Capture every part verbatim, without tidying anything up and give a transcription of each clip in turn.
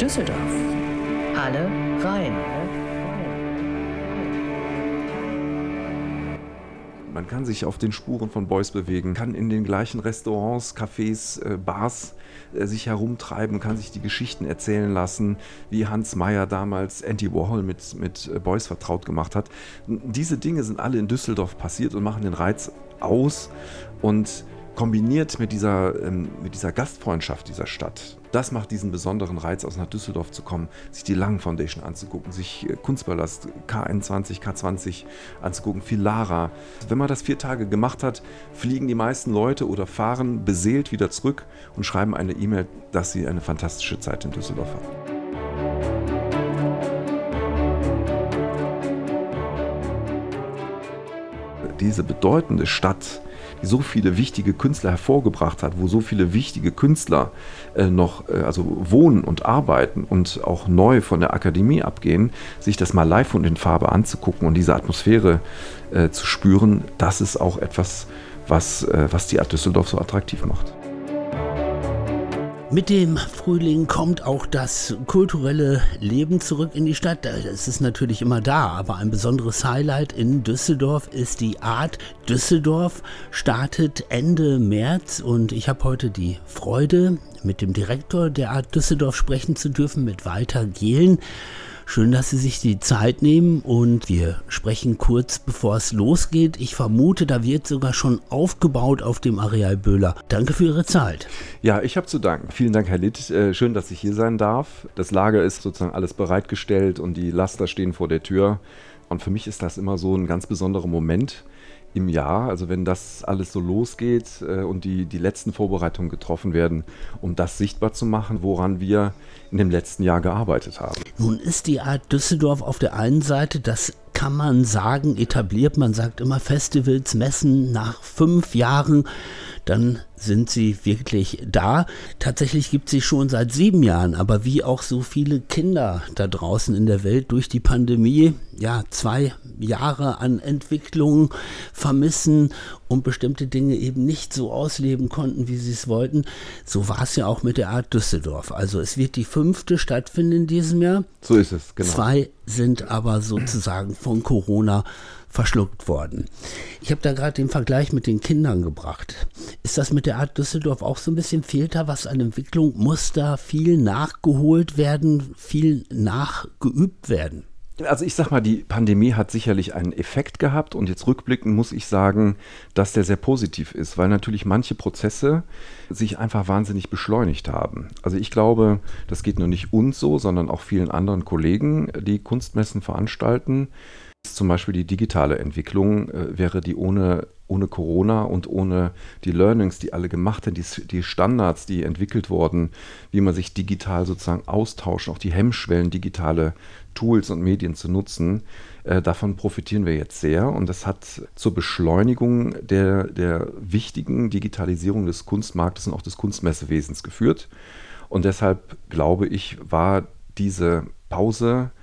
Düsseldorf. Alle rein. Man kann sich auf den Spuren von Beuys bewegen, kann in den gleichen Restaurants, Cafés, äh, Bars äh, sich herumtreiben, kann sich die Geschichten erzählen lassen, wie Hans Meyer damals Andy Warhol mit, mit äh, Beuys vertraut gemacht hat. Diese Dinge sind alle in Düsseldorf passiert und machen den Reiz aus, und kombiniert mit dieser, ähm, mit dieser Gastfreundschaft dieser Stadt. Das macht diesen besonderen Reiz, aus nach Düsseldorf zu kommen, sich die Langen Foundation anzugucken, sich äh, Kunstpalast K einundzwanzig, K zwanzig anzugucken, viel Lara. Wenn man das vier Tage gemacht hat, fliegen die meisten Leute oder fahren beseelt wieder zurück und schreiben eine E-Mail, dass sie eine fantastische Zeit in Düsseldorf hatten. Diese bedeutende Stadt, die so viele wichtige Künstler hervorgebracht hat, wo so viele wichtige Künstler äh, noch äh, also wohnen und arbeiten und auch neu von der Akademie abgehen, sich das mal live und in Farbe anzugucken und diese Atmosphäre äh, zu spüren, das ist auch etwas, was, äh, was die Art Düsseldorf so attraktiv macht. Mit dem Frühling kommt auch das kulturelle Leben zurück in die Stadt. Es ist natürlich immer da, aber ein besonderes Highlight in Düsseldorf ist die Art Düsseldorf. Startet Ende März und ich habe heute die Freude, mit dem Direktor der Art Düsseldorf sprechen zu dürfen, mit Walter Gehlen. Schön, dass Sie sich die Zeit nehmen, und wir sprechen kurz bevor es losgeht. Ich vermute, da wird sogar schon aufgebaut auf dem Areal Böhler. Danke für Ihre Zeit. Ja, ich habe zu danken. Vielen Dank, Herr Litt. Schön, dass ich hier sein darf. Das Lager ist sozusagen alles bereitgestellt und die Laster stehen vor der Tür. Und für mich ist das immer so ein ganz besonderer Moment im Jahr, also wenn das alles so losgeht äh, und die, die letzten Vorbereitungen getroffen werden, um das sichtbar zu machen, woran wir in dem letzten Jahr gearbeitet haben. Nun ist die Art Düsseldorf auf der einen Seite, das kann man sagen, etabliert. Man sagt immer Festivals, Messen nach fünf Jahren, dann sind sie wirklich da. Tatsächlich gibt es sie schon seit sieben Jahren, aber wie auch so viele Kinder da draußen in der Welt durch die Pandemie, ja, zwei Jahre an Entwicklung vermissen und bestimmte Dinge eben nicht so ausleben konnten, wie sie es wollten. So war es ja auch mit der Art Düsseldorf. Also es wird die fünfte stattfinden in diesem Jahr. So ist es, genau. Zwei sind aber sozusagen von Corona verschluckt worden. Ich habe da gerade den Vergleich mit den Kindern gebracht. Ist das mit der Art Düsseldorf auch so ein bisschen, fehlt da was an Entwicklung? Muss da viel nachgeholt werden, viel nachgeübt werden? Also ich sag mal, die Pandemie hat sicherlich einen Effekt gehabt, und jetzt rückblickend muss ich sagen, dass der sehr positiv ist, weil natürlich manche Prozesse sich einfach wahnsinnig beschleunigt haben. Also ich glaube, das geht nur nicht uns so, sondern auch vielen anderen Kollegen, die Kunstmessen veranstalten. Zum Beispiel die digitale Entwicklung äh, wäre die ohne, ohne Corona und ohne die Learnings, die alle gemacht haben, die, die Standards, die entwickelt wurden, wie man sich digital sozusagen austauscht, auch die Hemmschwellen, digitale Tools und Medien zu nutzen, äh, davon profitieren wir jetzt sehr, und das hat zur Beschleunigung der, der wichtigen Digitalisierung des Kunstmarktes und auch des Kunstmessewesens geführt, und deshalb glaube ich, war diese Pause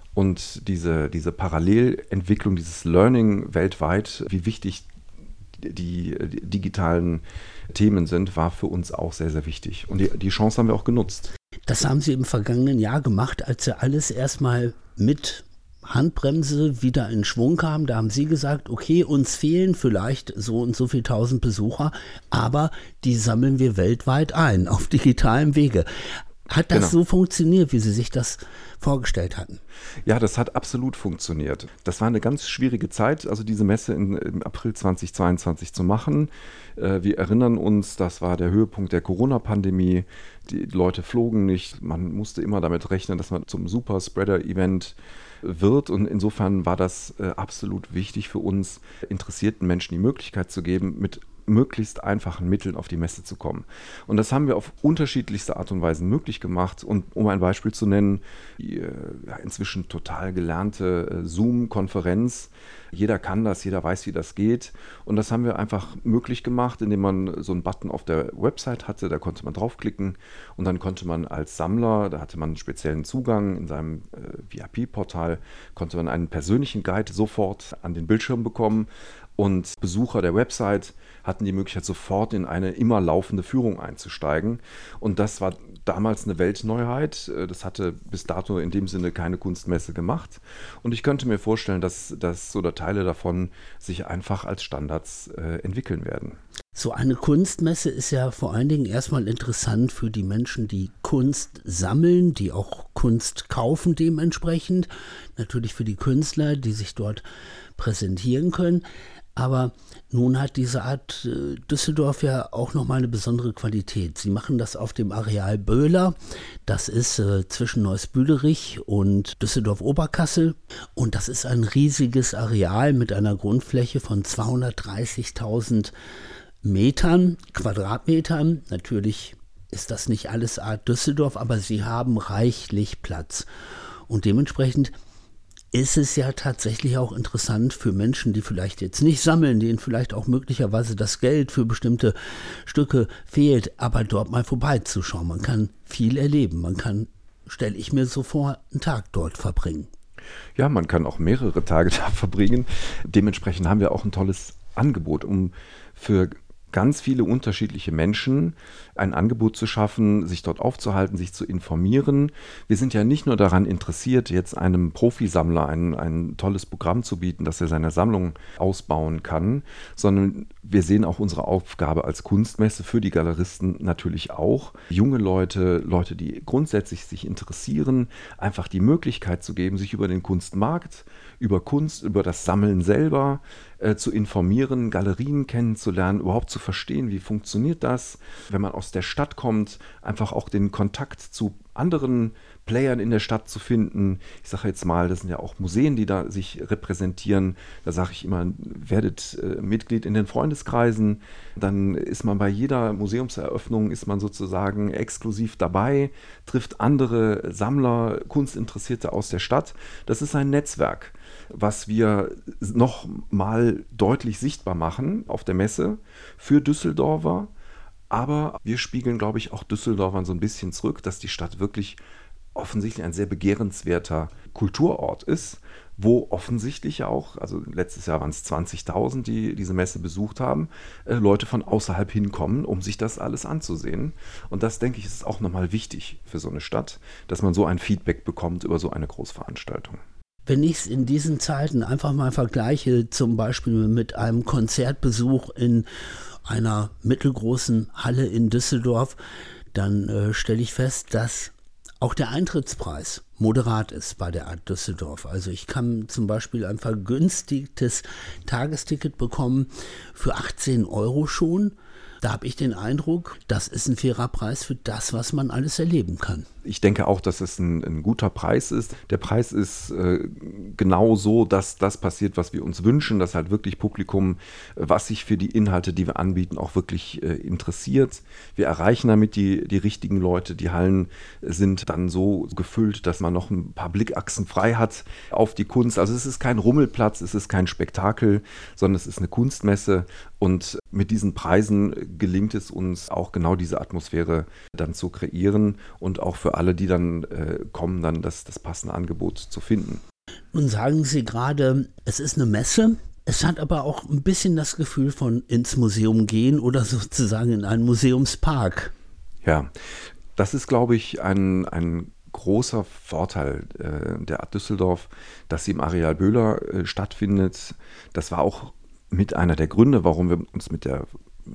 und diese, diese Parallelentwicklung, dieses Learning weltweit, wie wichtig die, die digitalen Themen sind, war für uns auch sehr, sehr wichtig. Und die, die Chance haben wir auch genutzt. Das haben Sie im vergangenen Jahr gemacht, als ja alles erstmal mit Handbremse wieder in Schwung kam. Da haben Sie gesagt, okay, uns fehlen vielleicht so und so viel tausend Besucher, aber die sammeln wir weltweit ein, auf digitalem Wege. Hat das genau so funktioniert, wie Sie sich das vorgestellt hatten? Ja, das hat absolut funktioniert. Das war eine ganz schwierige Zeit, also diese Messe in, im April zweitausendzweiundzwanzig zu machen. Äh, wir erinnern uns, das war der Höhepunkt der Corona-Pandemie. Die Leute flogen nicht. Man musste immer damit rechnen, dass man zum Super-Spreader-Event wird. Und insofern war das äh, absolut wichtig für uns, interessierten Menschen die Möglichkeit zu geben, mit möglichst einfachen Mitteln auf die Messe zu kommen. Und das haben wir auf unterschiedlichste Art und Weise möglich gemacht. Und um ein Beispiel zu nennen, die äh, ja, inzwischen total gelernte äh, Zoom-Konferenz. Jeder kann das, jeder weiß, wie das geht. Und das haben wir einfach möglich gemacht, indem man so einen Button auf der Website hatte, da konnte man draufklicken, und dann konnte man als Sammler, da hatte man einen speziellen Zugang in seinem äh, V I P-Portal, konnte man einen persönlichen Guide sofort an den Bildschirm bekommen. Und Besucher der Website hatten die Möglichkeit, sofort in eine immer laufende Führung einzusteigen. Und das war damals eine Weltneuheit. Das hatte bis dato in dem Sinne keine Kunstmesse gemacht. Und ich könnte mir vorstellen, dass, dass oder Teile davon sich einfach als Standards äh, entwickeln werden. So eine Kunstmesse ist ja vor allen Dingen erstmal interessant für die Menschen, die Kunst sammeln, die auch Kunst kaufen dementsprechend. Natürlich für die Künstler, die sich dort präsentieren können. Aber nun hat diese Art äh, Düsseldorf ja auch nochmal eine besondere Qualität. Sie machen das auf dem Areal Böhler. Das ist äh, zwischen Neuss-Büderich und Düsseldorf-Oberkassel. Und das ist ein riesiges Areal mit einer Grundfläche von zweihundertdreißigtausend Metern, Quadratmetern. Natürlich ist das nicht alles Art Düsseldorf, aber sie haben reichlich Platz. Und dementsprechend ist es ja tatsächlich auch interessant für Menschen, die vielleicht jetzt nicht sammeln, denen vielleicht auch möglicherweise das Geld für bestimmte Stücke fehlt, aber dort mal vorbeizuschauen. Man kann viel erleben. Man kann, stelle ich mir so vor, einen Tag dort verbringen. Ja, man kann auch mehrere Tage da verbringen. Dementsprechend haben wir auch ein tolles Angebot, um für ganz viele unterschiedliche Menschen ein Angebot zu schaffen, sich dort aufzuhalten, sich zu informieren. Wir sind ja nicht nur daran interessiert, jetzt einem Profisammler ein, ein tolles Programm zu bieten, dass er seine Sammlung ausbauen kann, sondern wir sehen auch unsere Aufgabe als Kunstmesse für die Galeristen natürlich auch, junge Leute, Leute, die grundsätzlich sich interessieren, einfach die Möglichkeit zu geben, sich über den Kunstmarkt, über Kunst, über das Sammeln selber äh, zu informieren, Galerien kennenzulernen, überhaupt zu verstehen, wie funktioniert das, wenn man aus der Stadt kommt, einfach auch den Kontakt zu anderen Playern in der Stadt zu finden. Ich sage jetzt mal, das sind ja auch Museen, die da sich repräsentieren. Da sage ich immer, werdet äh, Mitglied in den Freundeskreisen. Dann ist man bei jeder Museumseröffnung, ist man sozusagen exklusiv dabei, trifft andere Sammler, Kunstinteressierte aus der Stadt. Das ist ein Netzwerk, was wir noch mal deutlich sichtbar machen auf der Messe für Düsseldorfer. Aber wir spiegeln, glaube ich, auch Düsseldorfern so ein bisschen zurück, dass die Stadt wirklich offensichtlich ein sehr begehrenswerter Kulturort ist, wo offensichtlich auch, also letztes Jahr waren es zwanzigtausend, die diese Messe besucht haben, äh, Leute von außerhalb hinkommen, um sich das alles anzusehen. Und das, denke ich, ist auch nochmal wichtig für so eine Stadt, dass man so ein Feedback bekommt über so eine Großveranstaltung. Wenn ich es in diesen Zeiten einfach mal vergleiche, zum Beispiel mit einem Konzertbesuch in einer mittelgroßen Halle in Düsseldorf, dann äh, stelle ich fest, dass auch der Eintrittspreis moderat ist bei der Art Düsseldorf. Also ich kann zum Beispiel ein vergünstigtes Tagesticket bekommen für achtzehn Euro schon. Da habe ich den Eindruck, das ist ein fairer Preis für das, was man alles erleben kann. Ich denke auch, dass es ein, ein guter Preis ist. Der Preis ist äh, genau so, dass das passiert, was wir uns wünschen, dass halt wirklich Publikum, was sich für die Inhalte, die wir anbieten, auch wirklich äh, interessiert. Wir erreichen damit die, die richtigen Leute. Die Hallen sind dann so gefüllt, dass man noch ein paar Blickachsen frei hat auf die Kunst. Also es ist kein Rummelplatz, es ist kein Spektakel, sondern es ist eine Kunstmesse. Und mit diesen Preisen gelingt es uns auch genau diese Atmosphäre dann zu kreieren und auch für alle, die dann äh, kommen, dann das, das passende Angebot zu finden. Nun sagen Sie gerade, es ist eine Messe. Es hat aber auch ein bisschen das Gefühl von ins Museum gehen oder sozusagen in einen Museumspark. Ja, das ist, glaube ich, ein, ein großer Vorteil äh, der Art Düsseldorf, dass sie im Areal Böhler äh, stattfindet. Das war auch mit einer der Gründe, warum wir uns mit der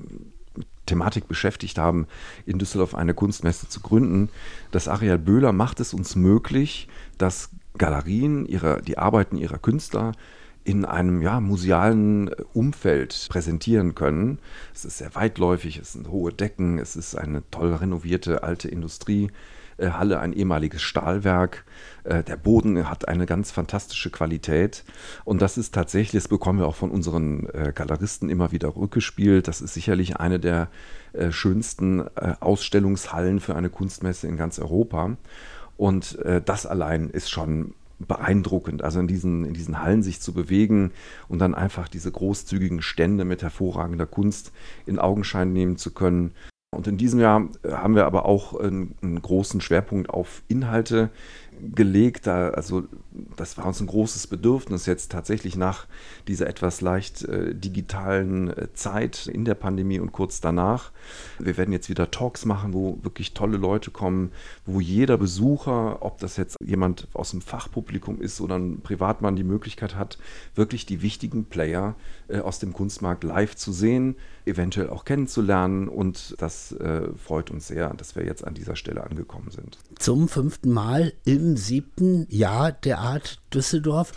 Thematik beschäftigt haben, in Düsseldorf eine Kunstmesse zu gründen. Das Areal Böhler macht es uns möglich, dass Galerien ihre, die Arbeiten ihrer Künstler in einem ja, musealen Umfeld präsentieren können. Es ist sehr weitläufig, es sind hohe Decken, es ist eine toll renovierte alte Industriehalle, ein ehemaliges Stahlwerk. Der Boden hat eine ganz fantastische Qualität und das ist tatsächlich, das bekommen wir auch von unseren Galeristen immer wieder rückgespielt. Das ist sicherlich eine der schönsten Ausstellungshallen für eine Kunstmesse in ganz Europa und das allein ist schon beeindruckend, also in diesen, in diesen Hallen sich zu bewegen und dann einfach diese großzügigen Stände mit hervorragender Kunst in Augenschein nehmen zu können. Und in diesem Jahr haben wir aber auch einen, einen großen Schwerpunkt auf Inhalte gelegt. Da, also das war uns ein großes Bedürfnis, jetzt tatsächlich nach dieser etwas leicht äh, digitalen äh, Zeit in der Pandemie und kurz danach. Wir werden jetzt wieder Talks machen, wo wirklich tolle Leute kommen, wo jeder Besucher, ob das jetzt jemand aus dem Fachpublikum ist oder ein Privatmann, die Möglichkeit hat, wirklich die wichtigen Player äh, aus dem Kunstmarkt live zu sehen, eventuell auch kennenzulernen, und das äh, freut uns sehr, dass wir jetzt an dieser Stelle angekommen sind. Zum fünften Mal im siebten Jahr der Art Düsseldorf.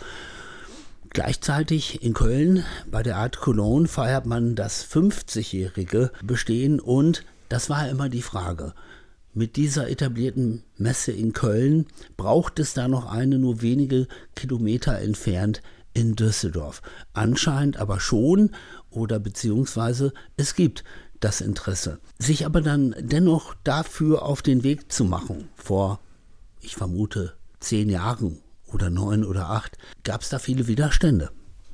Gleichzeitig in Köln bei der Art Cologne feiert man das fünfzigjährige Bestehen, und das war immer die Frage. Mit dieser etablierten Messe in Köln braucht es da noch eine nur wenige Kilometer entfernt in Düsseldorf. Anscheinend aber schon, oder beziehungsweise es gibt das Interesse. Sich aber dann dennoch dafür auf den Weg zu machen, vor, ich vermute, zehn Jahren oder neun oder acht, gab es da viele Widerstände?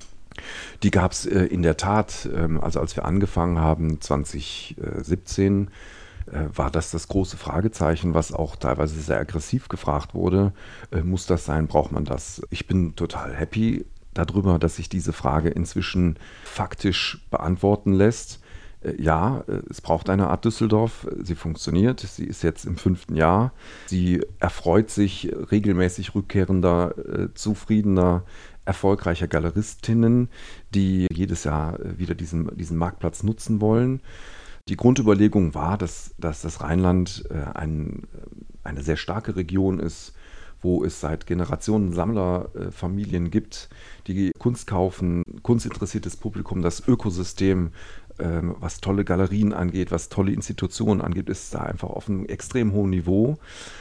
Die gab es äh, in der Tat. Ähm, also als wir angefangen haben, zwanzig siebzehn, äh, war das das große Fragezeichen, was auch teilweise sehr aggressiv gefragt wurde. Äh, muss das sein? Braucht man das? Ich bin total happy darüber, dass sich diese Frage inzwischen faktisch beantworten lässt. Ja, es braucht eine Art Düsseldorf. Sie funktioniert. Sie ist jetzt im fünften Jahr. Sie erfreut sich regelmäßig rückkehrender, äh, zufriedener, erfolgreicher Galeristinnen, die jedes Jahr wieder diesen, diesen Marktplatz nutzen wollen. Die Grundüberlegung war, dass, dass das Rheinland äh, ein, eine sehr starke Region ist, wo es seit Generationen Sammlerfamilien gibt, die Kunst kaufen, kunstinteressiertes Publikum, das Ökosystem, ähm, was tolle Galerien angeht, was tolle Institutionen angeht, ist da einfach auf einem extrem hohen Niveau.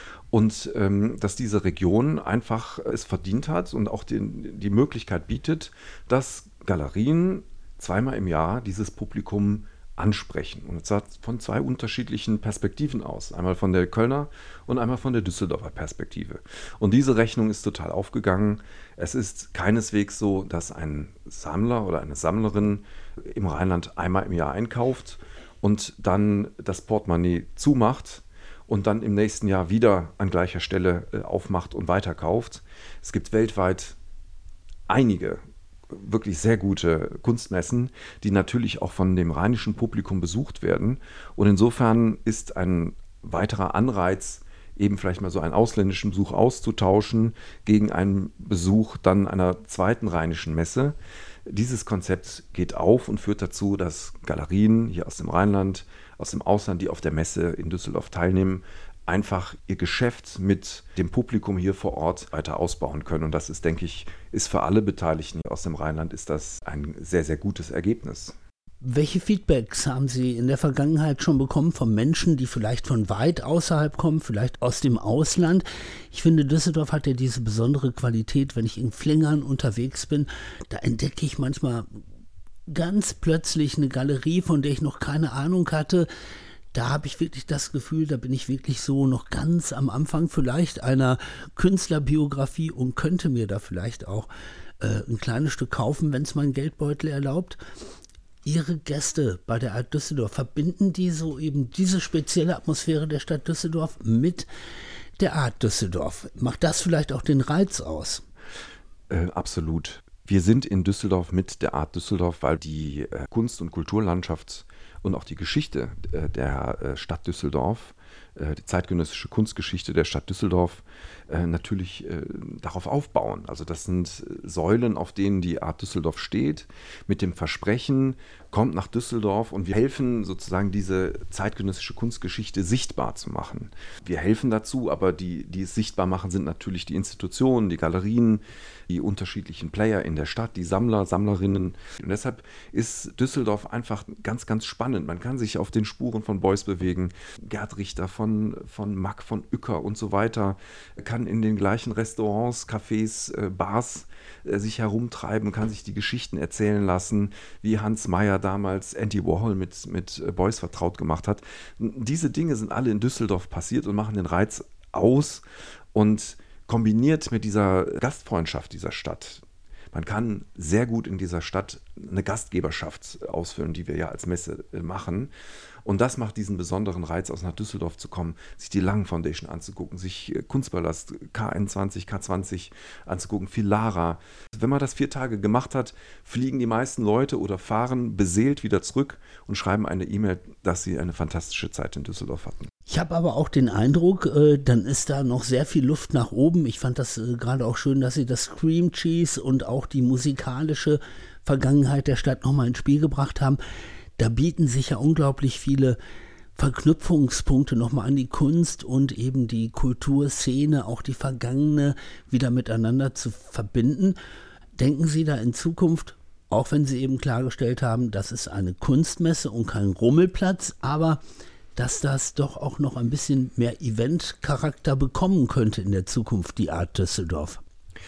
Und ähm, dass diese Region einfach es verdient hat und auch den, die Möglichkeit bietet, dass Galerien zweimal im Jahr dieses Publikum ansprechen. Und zwar von zwei unterschiedlichen Perspektiven aus. Einmal von der Kölner und einmal von der Düsseldorfer Perspektive. Und diese Rechnung ist total aufgegangen. Es ist keineswegs so, dass ein Sammler oder eine Sammlerin im Rheinland einmal im Jahr einkauft und dann das Portemonnaie zumacht und dann im nächsten Jahr wieder an gleicher Stelle äh, aufmacht und weiterkauft. Es gibt weltweit einige wirklich sehr gute Kunstmessen, die natürlich auch von dem rheinischen Publikum besucht werden. Und insofern ist ein weiterer Anreiz, eben vielleicht mal so einen ausländischen Besuch auszutauschen gegen einen Besuch dann einer zweiten rheinischen Messe. Dieses Konzept geht auf und führt dazu, dass Galerien hier aus dem Rheinland, aus dem Ausland, die auf der Messe in Düsseldorf teilnehmen, einfach ihr Geschäft mit dem Publikum hier vor Ort weiter ausbauen können. Und das ist, denke ich, ist für alle Beteiligten aus dem Rheinland ist das ein sehr, sehr gutes Ergebnis. Welche Feedbacks haben Sie in der Vergangenheit schon bekommen von Menschen, die vielleicht von weit außerhalb kommen, vielleicht aus dem Ausland? Ich finde, Düsseldorf hat ja diese besondere Qualität, wenn ich in Flingern unterwegs bin, da entdecke ich manchmal ganz plötzlich eine Galerie, von der ich noch keine Ahnung hatte. Da habe ich wirklich das Gefühl, da bin ich wirklich so noch ganz am Anfang vielleicht einer Künstlerbiografie und könnte mir da vielleicht auch äh, ein kleines Stück kaufen, wenn es mein Geldbeutel erlaubt. Ihre Gäste bei der Art Düsseldorf, verbinden die so eben diese spezielle Atmosphäre der Stadt Düsseldorf mit der Art Düsseldorf? Macht das vielleicht auch den Reiz aus? Äh, absolut. Wir sind in Düsseldorf mit der Art Düsseldorf, weil die äh, Kunst- und Kulturlandschaft und auch die Geschichte äh, der äh, Stadt Düsseldorf, äh, die zeitgenössische Kunstgeschichte der Stadt Düsseldorf, äh, natürlich äh, darauf aufbauen. Also das sind Säulen, auf denen die Art Düsseldorf steht, mit dem Versprechen, kommt nach Düsseldorf und wir helfen sozusagen diese zeitgenössische Kunstgeschichte sichtbar zu machen. Wir helfen dazu, aber die, die es sichtbar machen, sind natürlich die Institutionen, die Galerien, die unterschiedlichen Player in der Stadt, die Sammler, Sammlerinnen. Und deshalb ist Düsseldorf einfach ganz, ganz spannend. Man kann sich auf den Spuren von Beuys bewegen, Gerd Richter, von, von Mack, von Uecker und so weiter, kann in den gleichen Restaurants, Cafés, äh, Bars äh, sich herumtreiben, kann sich die Geschichten erzählen lassen, wie Hans Meyer damals Andy Warhol mit, mit Beuys vertraut gemacht hat. Diese Dinge sind alle in Düsseldorf passiert und machen den Reiz aus, und kombiniert mit dieser Gastfreundschaft dieser Stadt. Man kann sehr gut in dieser Stadt eine Gastgeberschaft ausfüllen, die wir ja als Messe äh, machen. Und das macht diesen besonderen Reiz, aus nach Düsseldorf zu kommen, sich die Langen Foundation anzugucken, sich äh, Kunstpalast K einundzwanzig, K zwanzig anzugucken, Filara. Wenn man das vier Tage gemacht hat, fliegen die meisten Leute oder fahren beseelt wieder zurück und schreiben eine E-Mail, dass sie eine fantastische Zeit in Düsseldorf hatten. Ich habe aber auch den Eindruck, äh, dann ist da noch sehr viel Luft nach oben. Ich fand das äh, gerade auch schön, dass Sie das Cream Cheese und auch die musikalische Vergangenheit der Stadt nochmal ins Spiel gebracht haben. Da bieten sich ja unglaublich viele Verknüpfungspunkte nochmal an die Kunst und eben die Kulturszene, auch die vergangene, wieder miteinander zu verbinden. Denken Sie da in Zukunft, auch wenn Sie eben klargestellt haben, das ist eine Kunstmesse und kein Rummelplatz, aber dass das doch auch noch ein bisschen mehr Event-Charakter bekommen könnte in der Zukunft, die Art Düsseldorf?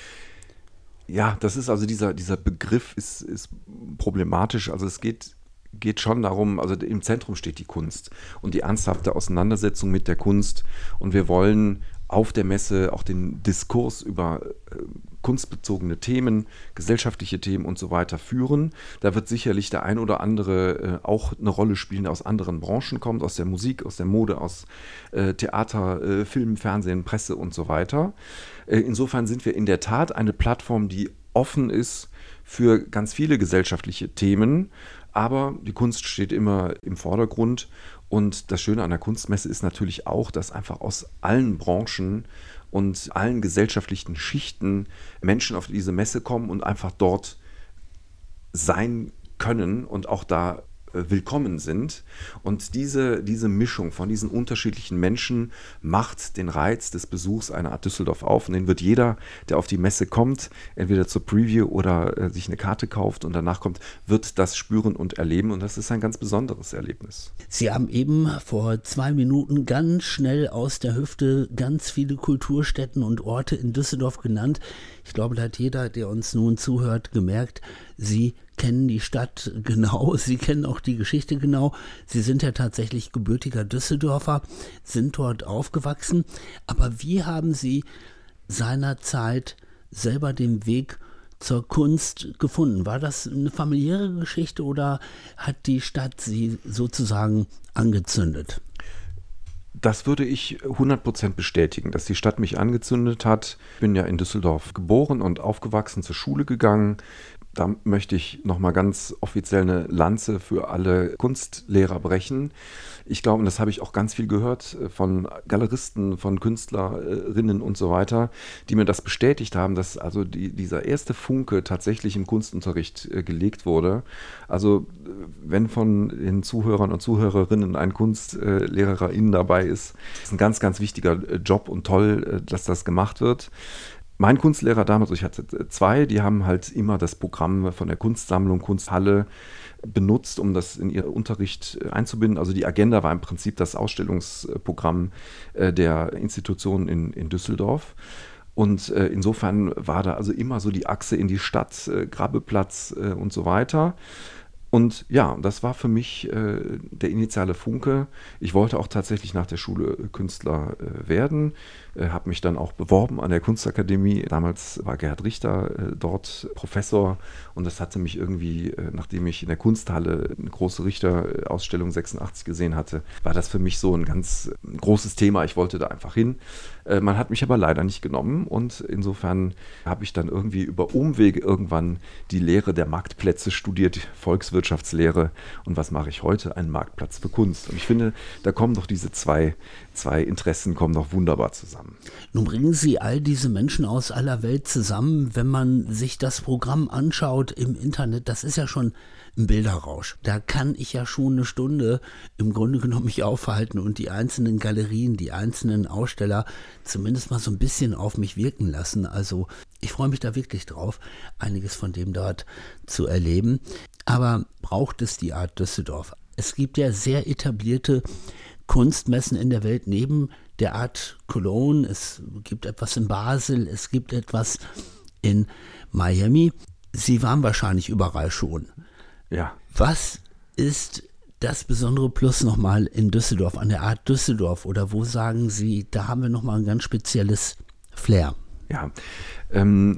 Ja, das ist also dieser, dieser Begriff ist, ist problematisch. Also es geht, geht schon darum, also im Zentrum steht die Kunst und die ernsthafte Auseinandersetzung mit der Kunst. Und wir wollen auf der Messe auch den Diskurs über äh, kunstbezogene Themen, gesellschaftliche Themen und so weiter führen. Da wird sicherlich der ein oder andere äh, auch eine Rolle spielen, der aus anderen Branchen kommt, aus der Musik, aus der Mode, aus äh, Theater, äh, Film, Fernsehen, Presse und so weiter. Äh, insofern sind wir in der Tat eine Plattform, die offen ist für ganz viele gesellschaftliche Themen, aber die Kunst steht immer im Vordergrund. Und das Schöne an der Kunstmesse ist natürlich auch, dass einfach aus allen Branchen und allen gesellschaftlichen Schichten Menschen auf diese Messe kommen und einfach dort sein können und auch da äh, willkommen sind. Und diese, diese Mischung von diesen unterschiedlichen Menschen macht den Reiz des Besuchs einer Art Düsseldorf auf. Und den wird jeder, der auf die Messe kommt, entweder zur Preview oder äh, sich eine Karte kauft und danach kommt, wird das spüren und erleben. Und das ist ein ganz besonderes Erlebnis. Sie haben eben vor zwei Minuten ganz schnell aus der Hüfte ganz viele Kulturstätten und Orte in Düsseldorf genannt. Ich glaube, da hat jeder, der uns nun zuhört, gemerkt, Sie kennen die Stadt genau, Sie kennen auch die Geschichte genau. Sie sind ja tatsächlich gebürtiger Düsseldorfer, sind dort aufgewachsen. Aber wie haben Sie seinerzeit selber den Weg zur Kunst gefunden? War das eine familiäre Geschichte oder hat die Stadt Sie sozusagen angezündet? Das würde ich hundert Prozent bestätigen, dass die Stadt mich angezündet hat. Ich bin ja in Düsseldorf geboren und aufgewachsen, zur Schule gegangen. Da möchte ich nochmal ganz offiziell eine Lanze für alle Kunstlehrer brechen. Ich glaube, und das habe ich auch ganz viel gehört von Galeristen, von Künstlerinnen und so weiter, die mir das bestätigt haben, dass also die, dieser erste Funke tatsächlich im Kunstunterricht äh, gelegt wurde. Also wenn von den Zuhörern und Zuhörerinnen ein Kunstlehrerin dabei ist, ist ein ganz, ganz wichtiger Job und toll, dass das gemacht wird. Mein Kunstlehrer damals, ich hatte zwei, die haben halt immer das Programm von der Kunstsammlung, Kunsthalle benutzt, um das in ihren Unterricht einzubinden. Also die Agenda war im Prinzip das Ausstellungsprogramm der Institutionen in, in Düsseldorf. Und äh, insofern war da also immer so die Achse in die Stadt, äh, Grabbeplatz äh, und so weiter. Und ja, das war für mich äh, der initiale Funke. Ich wollte auch tatsächlich nach der Schule Künstler äh, werden, äh, habe mich dann auch beworben an der Kunstakademie. Damals war Gerhard Richter äh, dort Professor und das hatte mich irgendwie, äh, nachdem ich in der Kunsthalle eine große Richter-Ausstellung sechsundachtzig gesehen hatte, war das für mich so ein ganz ein großes Thema. Ich wollte da einfach hin. Äh, man hat mich aber leider nicht genommen und insofern habe ich dann irgendwie über Umwege irgendwann die Lehre der Marktplätze studiert, Volkswirtschaft. Wirtschaftslehre und was mache ich heute? Ein Marktplatz für Kunst. Und ich finde, da kommen doch diese zwei, zwei Interessen kommen doch wunderbar zusammen. Nun bringen Sie all diese Menschen aus aller Welt zusammen. Wenn man sich das Programm anschaut im Internet, das ist ja schon ein Bilderrausch. Da kann ich ja schon eine Stunde im Grunde genommen mich aufhalten und die einzelnen Galerien, die einzelnen Aussteller zumindest mal so ein bisschen auf mich wirken lassen. Also ich freue mich da wirklich drauf, einiges von dem dort zu erleben. Aber braucht es die Art Düsseldorf? Es gibt ja sehr etablierte Kunstmessen in der Welt neben der Art Cologne. Es gibt etwas in Basel, es gibt etwas in Miami. Sie waren wahrscheinlich überall schon. Ja. Was ist das besondere Plus nochmal in Düsseldorf, an der Art Düsseldorf? Oder wo sagen Sie, da haben wir nochmal ein ganz spezielles Flair? Ja, ähm,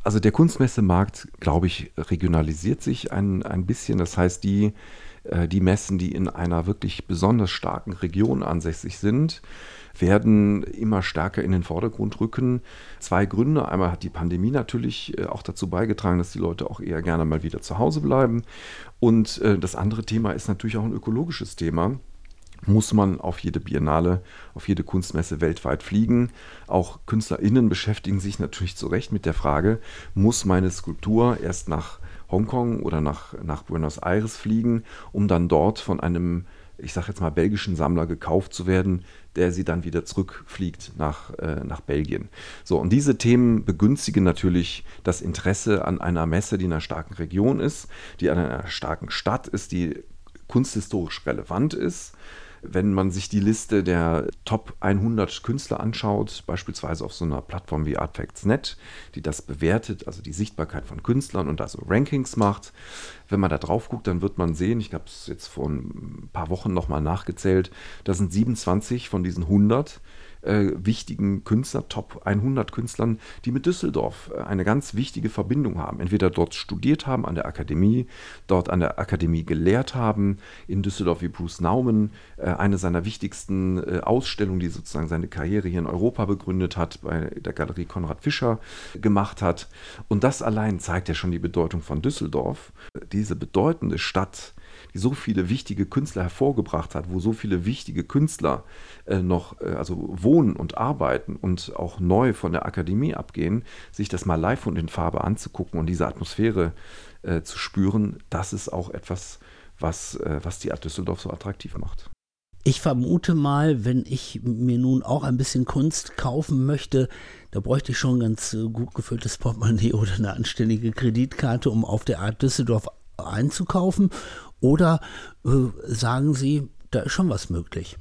Also der Kunstmessemarkt, glaube ich, regionalisiert sich ein, ein bisschen. Das heißt, die, äh, die Messen, die in einer wirklich besonders starken Region ansässig sind, werden immer stärker in den Vordergrund rücken. Zwei Gründe. Einmal hat die Pandemie natürlich äh, auch dazu beigetragen, dass die Leute auch eher gerne mal wieder zu Hause bleiben. Und äh, das andere Thema ist natürlich auch ein ökologisches Thema. Muss man auf jede Biennale, auf jede Kunstmesse weltweit fliegen. Auch KünstlerInnen beschäftigen sich natürlich zu Recht mit der Frage, muss meine Skulptur erst nach Hongkong oder nach, nach Buenos Aires fliegen, um dann dort von einem, ich sage jetzt mal, belgischen Sammler gekauft zu werden, der sie dann wieder zurückfliegt nach, äh, nach Belgien. So, und diese Themen begünstigen natürlich das Interesse an einer Messe, die in einer starken Region ist, die an einer starken Stadt ist, die kunsthistorisch relevant ist. Wenn man sich die Liste der Top hundert Künstler anschaut, beispielsweise auf so einer Plattform wie Artfacts Punkt net, die das bewertet, also die Sichtbarkeit von Künstlern und da so Rankings macht, wenn man da drauf guckt, dann wird man sehen, ich habe es jetzt vor ein paar Wochen nochmal nachgezählt, da sind siebenundzwanzig von diesen hundert äh, wichtigen Künstler, Top hundert Künstlern, die mit Düsseldorf äh, eine ganz wichtige Verbindung haben. Entweder dort studiert haben an der Akademie, dort an der Akademie gelehrt haben, in Düsseldorf wie Bruce Nauman, äh, eine seiner wichtigsten äh, Ausstellungen, die sozusagen seine Karriere hier in Europa begründet hat, bei der Galerie Konrad Fischer gemacht hat. Und das allein zeigt ja schon die Bedeutung von Düsseldorf. Diese bedeutende Stadt, die so viele wichtige Künstler hervorgebracht hat, wo so viele wichtige Künstler äh, noch äh, also wohnen und arbeiten und auch neu von der Akademie abgehen, sich das mal live und in Farbe anzugucken und diese Atmosphäre äh, zu spüren, das ist auch etwas, was, äh, was die Art Düsseldorf so attraktiv macht. Ich vermute mal, wenn ich mir nun auch ein bisschen Kunst kaufen möchte, da bräuchte ich schon ein ganz gut gefülltes Portemonnaie oder eine anständige Kreditkarte, um auf der Art Düsseldorf einzukaufen. Oder äh, sagen Sie, da ist schon was möglich?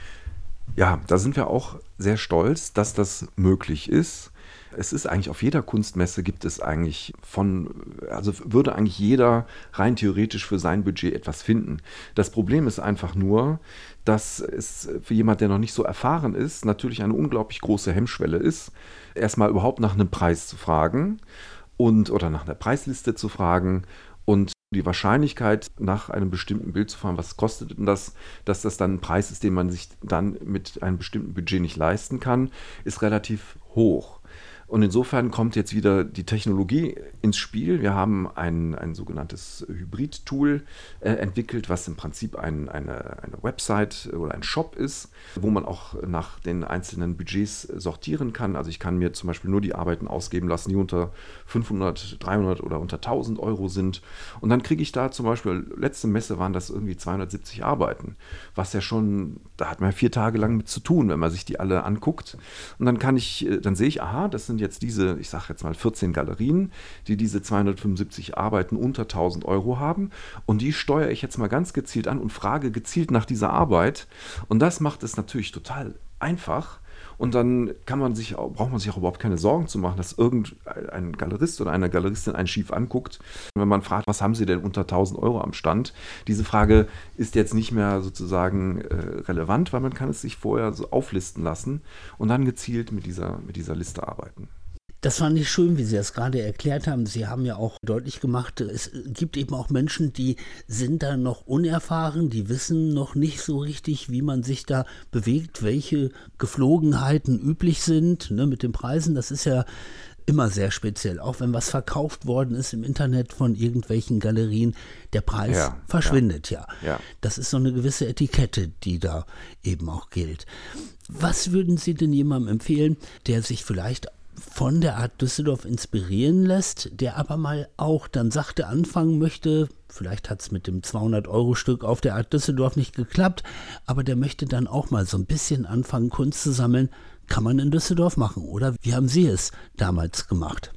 Ja, da sind wir auch sehr stolz, dass das möglich ist. Es ist eigentlich auf jeder Kunstmesse gibt es eigentlich von, also würde eigentlich jeder rein theoretisch für sein Budget etwas finden. Das Problem ist einfach nur, dass es für jemand, der noch nicht so erfahren ist, natürlich eine unglaublich große Hemmschwelle ist, erstmal überhaupt nach einem Preis zu fragen und oder nach einer Preisliste zu fragen und die Wahrscheinlichkeit, nach einem bestimmten Bild zu fahren, was kostet denn das, dass das dann ein Preis ist, den man sich dann mit einem bestimmten Budget nicht leisten kann, ist relativ hoch. Und insofern kommt jetzt wieder die Technologie ins Spiel. Wir haben ein, ein sogenanntes Hybrid-Tool äh, entwickelt, was im Prinzip ein, eine, eine Website oder ein Shop ist, wo man auch nach den einzelnen Budgets sortieren kann. Also ich kann mir zum Beispiel nur die Arbeiten ausgeben lassen, die unter fünfhundert, dreihundert oder unter tausend Euro sind. Und dann kriege ich da zum Beispiel, letzte Messe waren das irgendwie zweihundertsiebzig Arbeiten, was ja schon, da hat man ja vier Tage lang mit zu tun, wenn man sich die alle anguckt. Und dann kann ich, dann sehe ich, aha, das sind jetzt diese, ich sage jetzt mal vierzehn Galerien, die diese zweihundertfünfundsiebzig Arbeiten unter tausend Euro haben und die steuere ich jetzt mal ganz gezielt an und frage gezielt nach dieser Arbeit und das macht es natürlich total einfach und dann kann man sich, braucht man sich auch überhaupt keine Sorgen zu machen, dass irgendein Galerist oder eine Galeristin einen schief anguckt. Wenn man fragt, was haben Sie denn unter tausend Euro am Stand? Diese Frage ist jetzt nicht mehr sozusagen äh, relevant, weil man kann es sich vorher so auflisten lassen und dann gezielt mit dieser, mit dieser Liste arbeiten. Das fand ich schön, wie Sie das gerade erklärt haben. Sie haben ja auch deutlich gemacht, es gibt eben auch Menschen, die sind da noch unerfahren, die wissen noch nicht so richtig, wie man sich da bewegt, welche Geflogenheiten üblich sind, ne, mit den Preisen. Das ist ja immer sehr speziell, auch wenn was verkauft worden ist im Internet von irgendwelchen Galerien, der Preis ja, verschwindet ja. ja. ja. Das ist so eine gewisse Etikette, die da eben auch gilt. Was würden Sie denn jemandem empfehlen, der sich vielleicht von der Art Düsseldorf inspirieren lässt, der aber mal auch dann sachte anfangen möchte, vielleicht hat es mit dem zweihundert-Euro-Stück auf der Art Düsseldorf nicht geklappt, aber der möchte dann auch mal so ein bisschen anfangen, Kunst zu sammeln, kann man in Düsseldorf machen, oder? Wie haben Sie es damals gemacht?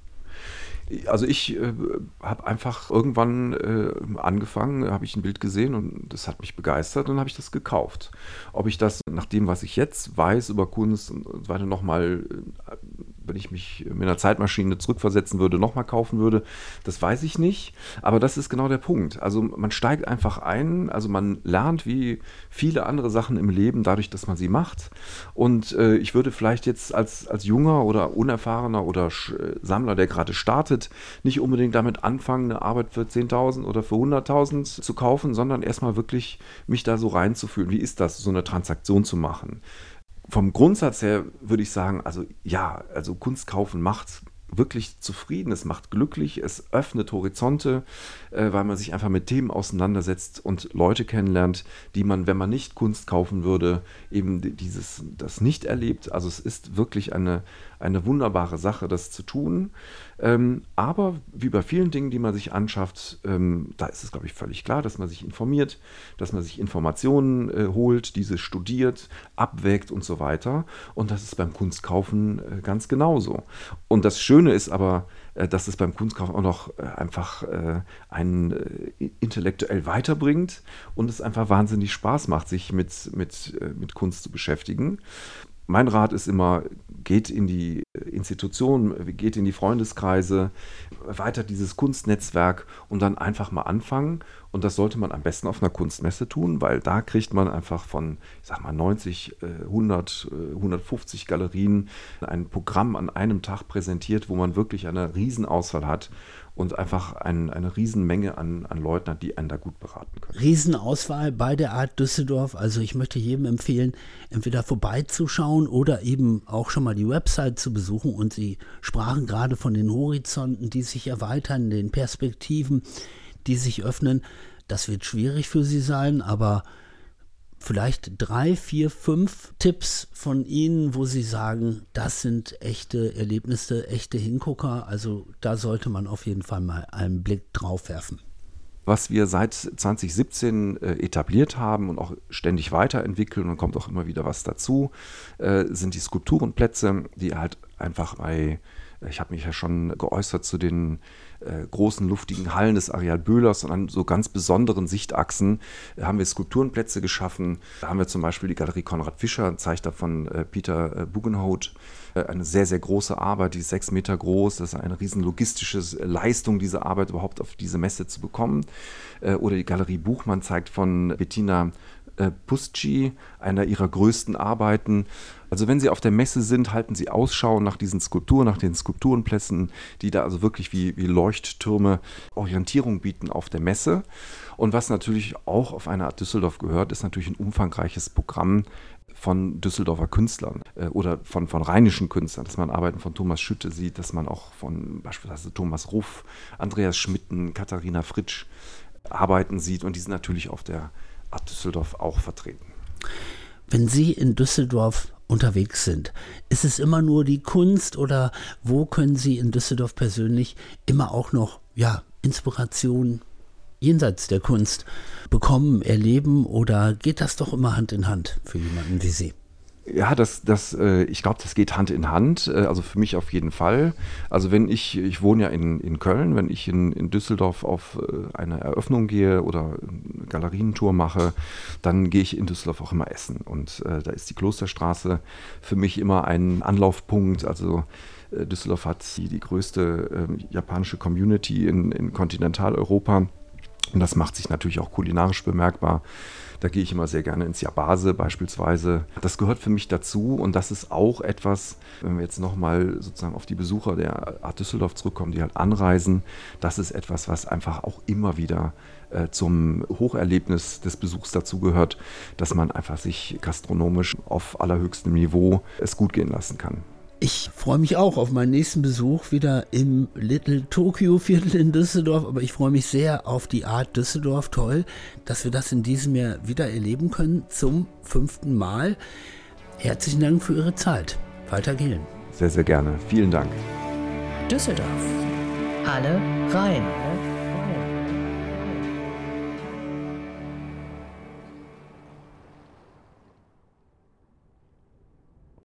Also ich äh, habe einfach irgendwann äh, angefangen, habe ich ein Bild gesehen und das hat mich begeistert und dann habe ich das gekauft. Ob ich das nach dem, was ich jetzt weiß über Kunst und so weiter, nochmal äh, wenn ich mich mit einer Zeitmaschine zurückversetzen würde, nochmal kaufen würde, das weiß ich nicht. Aber das ist genau der Punkt. Also man steigt einfach ein, also man lernt wie viele andere Sachen im Leben dadurch, dass man sie macht. Und äh, ich würde vielleicht jetzt als, als junger oder unerfahrener oder Sch- Sammler, der gerade startet, nicht unbedingt damit anfangen, eine Arbeit für zehntausend oder für hunderttausend zu kaufen, sondern erstmal wirklich mich da so reinzufühlen. Wie ist das, so eine Transaktion zu machen? Vom Grundsatz her würde ich sagen, also ja, also Kunst kaufen macht wirklich zufrieden, es macht glücklich, es öffnet Horizonte, äh, weil man sich einfach mit Themen auseinandersetzt und Leute kennenlernt, die man, wenn man nicht Kunst kaufen würde, eben dieses, das nicht erlebt. Also es ist wirklich eine, eine wunderbare Sache, das zu tun. Ähm, aber wie bei vielen Dingen, die man sich anschafft, ähm, da ist es, glaube ich, völlig klar, dass man sich informiert, dass man sich Informationen äh, holt, diese studiert, abwägt und so weiter. Und das ist beim Kunstkaufen äh, ganz genauso. Und das Schöne ist aber, äh, dass es beim Kunstkaufen auch noch äh, einfach äh, einen äh, intellektuell weiterbringt und es einfach wahnsinnig Spaß macht, sich mit, mit, äh, mit Kunst zu beschäftigen. Mein Rat ist immer, geht in die Institutionen, geht in die Freundeskreise, erweitert dieses Kunstnetzwerk und dann einfach mal anfangen. Und das sollte man am besten auf einer Kunstmesse tun, weil da kriegt man einfach von, ich sag mal, neunzig, hundert, hundertfünfzig Galerien ein Programm an einem Tag präsentiert, wo man wirklich eine Riesenauswahl hat und einfach ein, eine Riesenmenge an, an Leuten hat, die einen da gut beraten können. Riesenauswahl bei der Art Düsseldorf. Also ich möchte jedem empfehlen, entweder vorbeizuschauen oder eben auch schon mal die Website zu besuchen. Und Sie sprachen gerade von den Horizonten, die sich erweitern, den Perspektiven, die sich öffnen. Das wird schwierig für Sie sein, aber vielleicht drei, vier, fünf Tipps von Ihnen, wo Sie sagen, das sind echte Erlebnisse, echte Hingucker. Also da sollte man auf jeden Fall mal einen Blick drauf werfen. Was wir seit zwanzig siebzehn äh, etabliert haben und auch ständig weiterentwickeln und kommt auch immer wieder was dazu, äh, sind die Skulpturenplätze, die halt einfach bei, ich habe mich ja schon geäußert zu den äh, großen luftigen Hallen des Areal Böhlers und an so ganz besonderen Sichtachsen äh, haben wir Skulpturenplätze geschaffen. Da haben wir zum Beispiel die Galerie Konrad Fischer, zeigt davon äh, Peter äh, Bugenhout, äh, eine sehr, sehr große Arbeit, die ist sechs Meter groß. Das ist eine riesen logistische Leistung, diese Arbeit überhaupt auf diese Messe zu bekommen. Äh, oder die Galerie Buchmann zeigt von Bettina äh, Pusci, einer ihrer größten Arbeiten. Also wenn Sie auf der Messe sind, halten Sie Ausschau nach diesen Skulpturen, nach den Skulpturenplätzen, die da also wirklich wie, wie Leuchttürme Orientierung bieten auf der Messe. Und was natürlich auch auf eine Art Düsseldorf gehört, ist natürlich ein umfangreiches Programm von Düsseldorfer Künstlern äh, oder von, von rheinischen Künstlern, dass man Arbeiten von Thomas Schütte sieht, dass man auch von beispielsweise Thomas Ruff, Andreas Schmitten, Katharina Fritsch Arbeiten sieht und die sind natürlich auf der Art Düsseldorf auch vertreten. Wenn Sie in Düsseldorf unterwegs sind, ist es immer nur die Kunst oder wo können Sie in Düsseldorf persönlich immer auch noch ja, Inspiration jenseits der Kunst bekommen, erleben oder geht das doch immer Hand in Hand für jemanden wie Sie? Ja, das, das, äh, ich glaube, das geht Hand in Hand, äh, also für mich auf jeden Fall. Also wenn ich, ich wohne ja in, in Köln, wenn ich in, in Düsseldorf auf äh, eine Eröffnung gehe oder eine Galerientour mache, dann gehe ich in Düsseldorf auch immer essen. Und äh, da ist die Klosterstraße für mich immer ein Anlaufpunkt, also äh, Düsseldorf hat die, die größte äh, japanische Community in, in Kontinentaleuropa und das macht sich natürlich auch kulinarisch bemerkbar. Da gehe ich immer sehr gerne ins Yabase beispielsweise. Das gehört für mich dazu und das ist auch etwas, wenn wir jetzt nochmal sozusagen auf die Besucher der Art Düsseldorf zurückkommen, die halt anreisen, das ist etwas, was einfach auch immer wieder äh, zum Hocherlebnis des Besuchs dazugehört, dass man einfach sich gastronomisch auf allerhöchstem Niveau es gut gehen lassen kann. Ich freue mich auch auf meinen nächsten Besuch wieder im Little Tokyo Viertel in Düsseldorf, aber ich freue mich sehr auf die Art Düsseldorf. Toll, dass wir das in diesem Jahr wieder erleben können, zum fünften Mal. Herzlichen Dank für Ihre Zeit. Walter Gehlen. Sehr, sehr gerne. Vielen Dank. Düsseldorf. Alle rein.